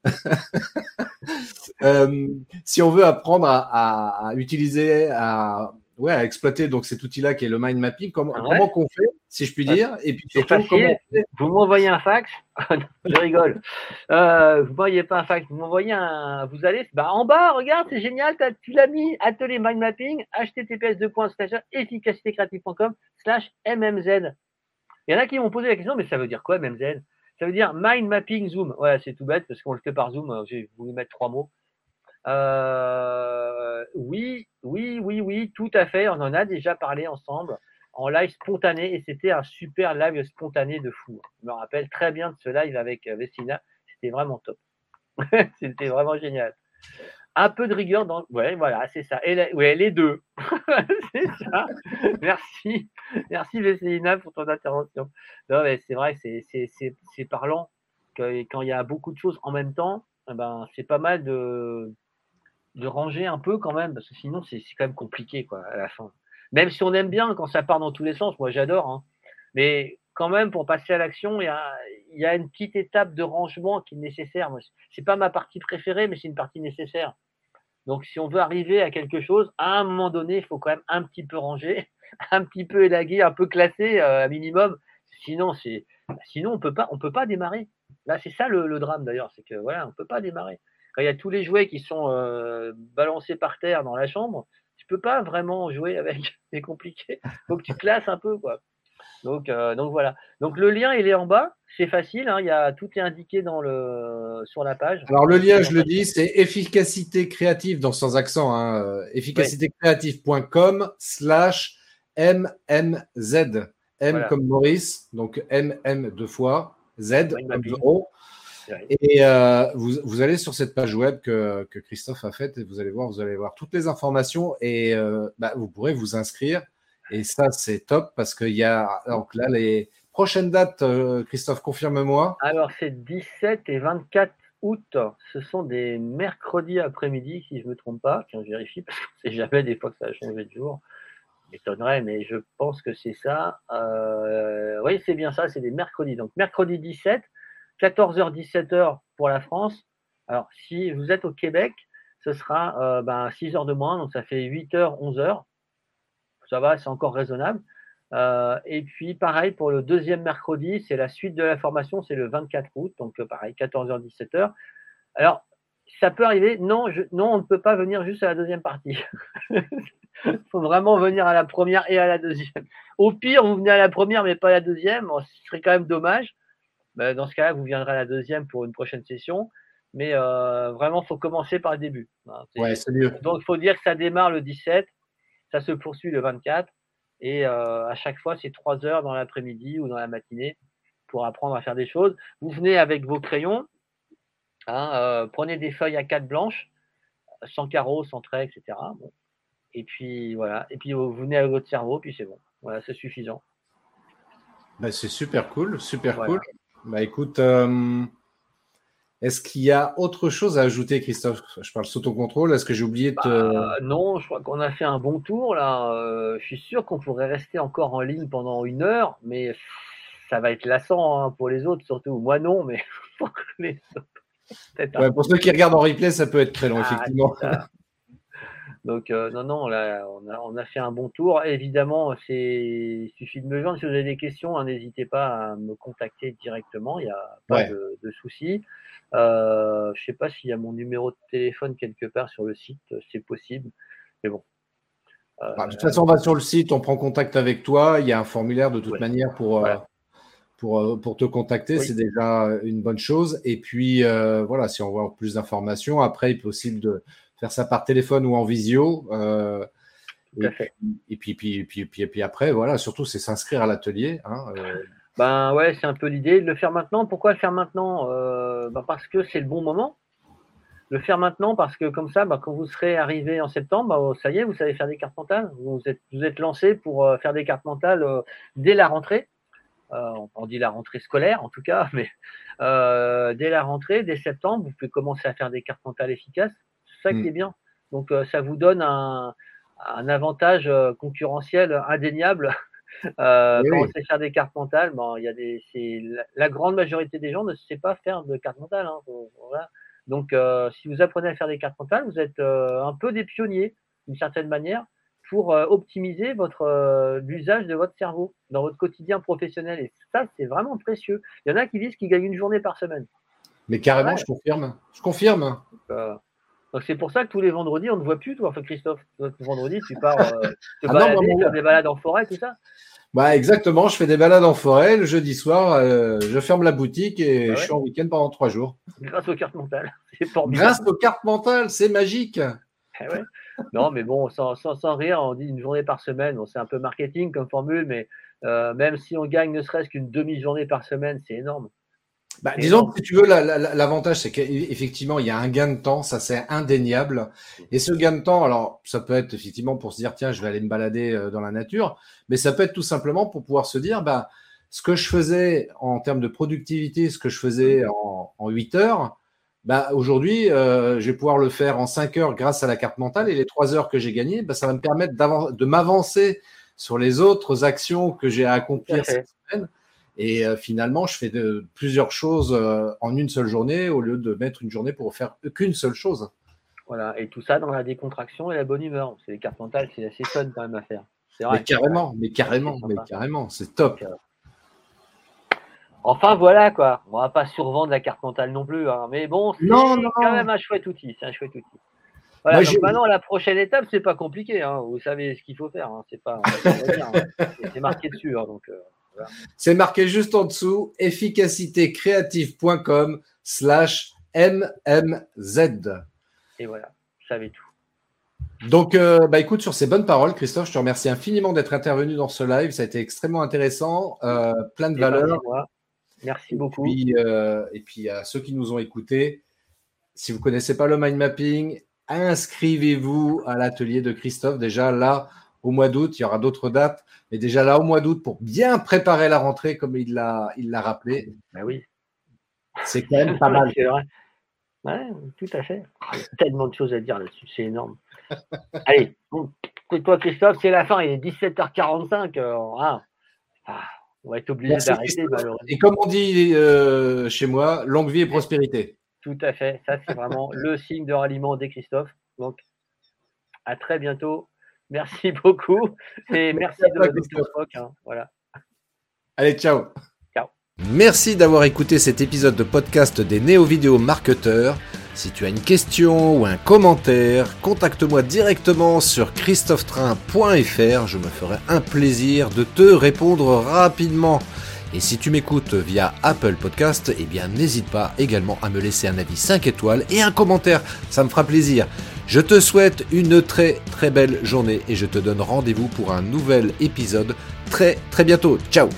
Si on veut apprendre à utiliser, à exploiter donc cet outil-là qui est le mind mapping, comment qu'on fait, si je puis dire, et puis c'est facile. Vous m'envoyez un fax. Je rigole. Vous m'envoyez pas un fax. Vous m'envoyez vous allez, en bas, regarde, c'est génial. Tu l'as mis, atelier mind mapping, https://efficacité-créative.com/mmz. Il y en a qui m'ont posé la question, mais ça veut dire quoi mmz? Ça veut dire mind mapping zoom. Ouais, c'est tout bête parce qu'on le fait par zoom. J'ai voulu mettre 3 mots. Oui, tout à fait. On en a déjà parlé ensemble en live spontané et c'était un super live spontané de fou. Je me rappelle très bien de ce live avec Vesselina. C'était vraiment top. C'était vraiment génial. Un peu de rigueur dans. Ouais, voilà, c'est ça. Et les deux. C'est ça. Merci Vesselina pour ton intervention. Non, mais c'est vrai, c'est parlant que quand il y a beaucoup de choses en même temps, c'est pas mal de ranger un peu quand même, parce que sinon c'est quand même compliqué quoi à la fin. Même si on aime bien quand ça part dans tous les sens, moi j'adore, hein. Mais quand même pour passer à l'action, il y a une petite étape de rangement qui est nécessaire. Moi, c'est pas ma partie préférée, mais c'est une partie nécessaire. Donc, si on veut arriver à quelque chose, à un moment donné, il faut quand même un petit peu ranger, un petit peu élaguer, un peu classer, un minimum. Sinon, on peut pas démarrer. Là, c'est ça le drame d'ailleurs, c'est que voilà, on peut pas démarrer. Quand il y a tous les jouets qui sont balancés par terre dans la chambre, tu peux pas vraiment jouer avec. C'est compliqué. Faut que tu classes un peu, quoi. Donc voilà. Donc le lien, il est en bas. C'est facile. Hein, tout est indiqué sur la page. Alors, le lien, je le dis, c'est efficacité créative, donc sans accent, hein, Oui, efficacitécreative.com/MMZ. M voilà. comme Maurice, donc MM deux fois, Z Mind comme mapping. Zéro. Ouais. Et vous allez sur cette page web que Christophe a faite et vous allez voir toutes les informations et vous pourrez vous inscrire. Et ça, c'est top parce qu'il y a donc là les prochaines dates. Christophe, confirme-moi. Alors, c'est 17 et 24 août. Ce sont des mercredis après-midi, si je ne me trompe pas. Tiens, je vérifie parce qu'on ne sait jamais, des fois que ça a changé de jour. Ça m'étonnerait, mais je pense que c'est ça. Oui, c'est bien ça, c'est des mercredis. Donc, mercredi 17, 14h, 17h pour la France. Alors, si vous êtes au Québec, ce sera 6 heures de moins, donc ça fait 8h, 11h. Ça va, c'est encore raisonnable. Et puis, pareil, pour le deuxième mercredi, c'est la suite de la formation, c'est le 24 août, donc pareil, 14h, 17h. Alors, ça peut arriver, non, on ne peut pas venir juste à la deuxième partie. Il faut vraiment venir à la première et à la deuxième. Au pire, vous venez à la première, mais pas à la deuxième, bon, ce serait quand même dommage. Dans ce cas-là, vous viendrez à la deuxième pour une prochaine session. Mais vraiment, il faut commencer par le début. Ouais, c'est mieux. Donc, il faut dire que ça démarre le 17, ça se poursuit le 24. Et à chaque fois, c'est 3 heures dans l'après-midi ou dans la matinée pour apprendre à faire des choses. Vous venez avec vos crayons, prenez des feuilles A4 blanches, sans carreaux, sans traits, etc. Bon. Et puis voilà. Et puis vous venez avec votre cerveau, puis c'est bon. Voilà, c'est suffisant. C'est super cool, super Voilà. cool. Écoute, est-ce qu'il y a autre chose à ajouter, Christophe? Je parle sous ton contrôle. Est-ce que j'ai oublié de te... Non, je crois qu'on a fait un bon tour là. Je suis sûr qu'on pourrait rester encore en ligne pendant 1 heure, mais ça va être lassant pour les autres, surtout. Moi non, mais pour les autres. Pour ceux qui regardent en replay, ça peut être très long, effectivement. Donc non, là, on a fait un bon tour. Évidemment, il suffit de me joindre. Si vous avez des questions, n'hésitez pas à me contacter directement. Il n'y a pas de souci. Je ne sais pas s'il y a mon numéro de téléphone quelque part sur le site. C'est possible. Mais bon. De toute façon, on va sur le site, on prend contact avec toi. Il y a un formulaire de toute manière pour te contacter. Oui. C'est déjà une bonne chose. Et puis, si on veut avoir plus d'informations, après, il est possible de faire ça par téléphone ou en visio. Et puis après, voilà, surtout, c'est s'inscrire à l'atelier. C'est un peu l'idée de le faire maintenant. Pourquoi le faire maintenant? Parce que c'est le bon moment. Le faire maintenant parce que comme ça, quand vous serez arrivé en septembre, ça y est, vous savez faire des cartes mentales. Vous êtes lancé pour faire des cartes mentales dès la rentrée. On dit la rentrée scolaire en tout cas, mais dès la rentrée, dès septembre, vous pouvez commencer à faire des cartes mentales efficaces. C'est ça qui est bien. Donc ça vous donne un avantage concurrentiel indéniable. Quand on sait faire des cartes mentales, la grande majorité des gens ne sait pas faire de cartes mentales. Voilà. Donc si vous apprenez à faire des cartes mentales, vous êtes un peu des pionniers d'une certaine manière pour optimiser l'usage de votre cerveau dans votre quotidien professionnel. Et ça, c'est vraiment précieux. Il y en a qui disent qu'ils gagnent une journée par semaine. Mais carrément, je confirme. Donc c'est pour ça que tous les vendredis, on ne voit plus, toi, Christophe. Vendredi, tu pars te balader, faire des balades en forêt, tout ça. Exactement, je fais des balades en forêt. Le jeudi soir, je ferme la boutique et je suis en week-end pendant 3 jours. Grâce aux cartes mentales. C'est formidable. Grâce aux cartes mentales, c'est magique. Ouais. Non, mais bon, sans rire, on dit une journée par semaine. Bon, c'est un peu marketing comme formule, mais même si on gagne ne serait-ce qu'une demi-journée par semaine, c'est énorme. Disons que si tu veux, l'avantage, c'est qu'effectivement, il y a un gain de temps, ça c'est indéniable. Et ce gain de temps, alors, ça peut être effectivement pour se dire, tiens, je vais aller me balader dans la nature, mais ça peut être tout simplement pour pouvoir se dire, ce que je faisais en termes de productivité, ce que je faisais en 8 heures, aujourd'hui, je vais pouvoir le faire en 5 heures grâce à la carte mentale et les 3 heures que j'ai gagnées, ça va me permettre de m'avancer sur les autres actions que j'ai à accomplir cette semaine. Et finalement, je fais plusieurs choses en une seule journée au lieu de mettre une journée pour faire qu'une seule chose. Voilà, et tout ça dans la décontraction et la bonne humeur. C'est les cartes mentales, c'est assez fun quand même à faire. C'est vrai. Mais carrément, c'est top. Donc, enfin voilà quoi, on va pas survendre la carte mentale non plus, hein. Mais bon, c'est quand même un chouette outil. C'est un chouette outil. Voilà, donc maintenant la prochaine étape, c'est pas compliqué, hein. Vous savez ce qu'il faut faire, hein. C'est pas, c'est marqué dessus, hein. Donc voilà. C'est marqué juste en dessous, efficacitecreative.com/mmz. Et voilà, vous savez tout. Donc, écoute, sur ces bonnes paroles, Christophe, je te remercie infiniment d'être intervenu dans ce live. Ça a été extrêmement intéressant, plein de valeurs. Merci beaucoup. Et puis, à ceux qui nous ont écoutés, si vous ne connaissez pas le mind mapping, inscrivez-vous à l'atelier de Christophe. Déjà là, au mois d'août, il y aura d'autres dates, mais déjà là, au mois d'août, pour bien préparer la rentrée, comme il l'a rappelé. Ben oui. C'est quand même pas mal. C'est vrai. Ouais, tout à fait. Il y a tellement de choses à dire là-dessus, c'est énorme. Allez, bon, toi Christophe, c'est la fin, il est 17h45. On va être obligé d'arrêter malheureusement. Et comme on dit chez moi, longue vie et prospérité. Tout à fait, ça c'est vraiment le signe de ralliement des Christophe. Donc, à très bientôt. Merci beaucoup et merci de Spock. Voilà. Allez, ciao. Ciao. Merci d'avoir écouté cet épisode de podcast des Néo-Vidéo Marketeurs. Si tu as une question ou un commentaire, contacte-moi directement sur christophetrain.fr. Je me ferai un plaisir de te répondre rapidement. Et si tu m'écoutes via Apple Podcast, eh bien n'hésite pas également à me laisser un avis 5 étoiles et un commentaire, ça me fera plaisir. Je te souhaite une très très belle journée et je te donne rendez-vous pour un nouvel épisode très très bientôt. Ciao.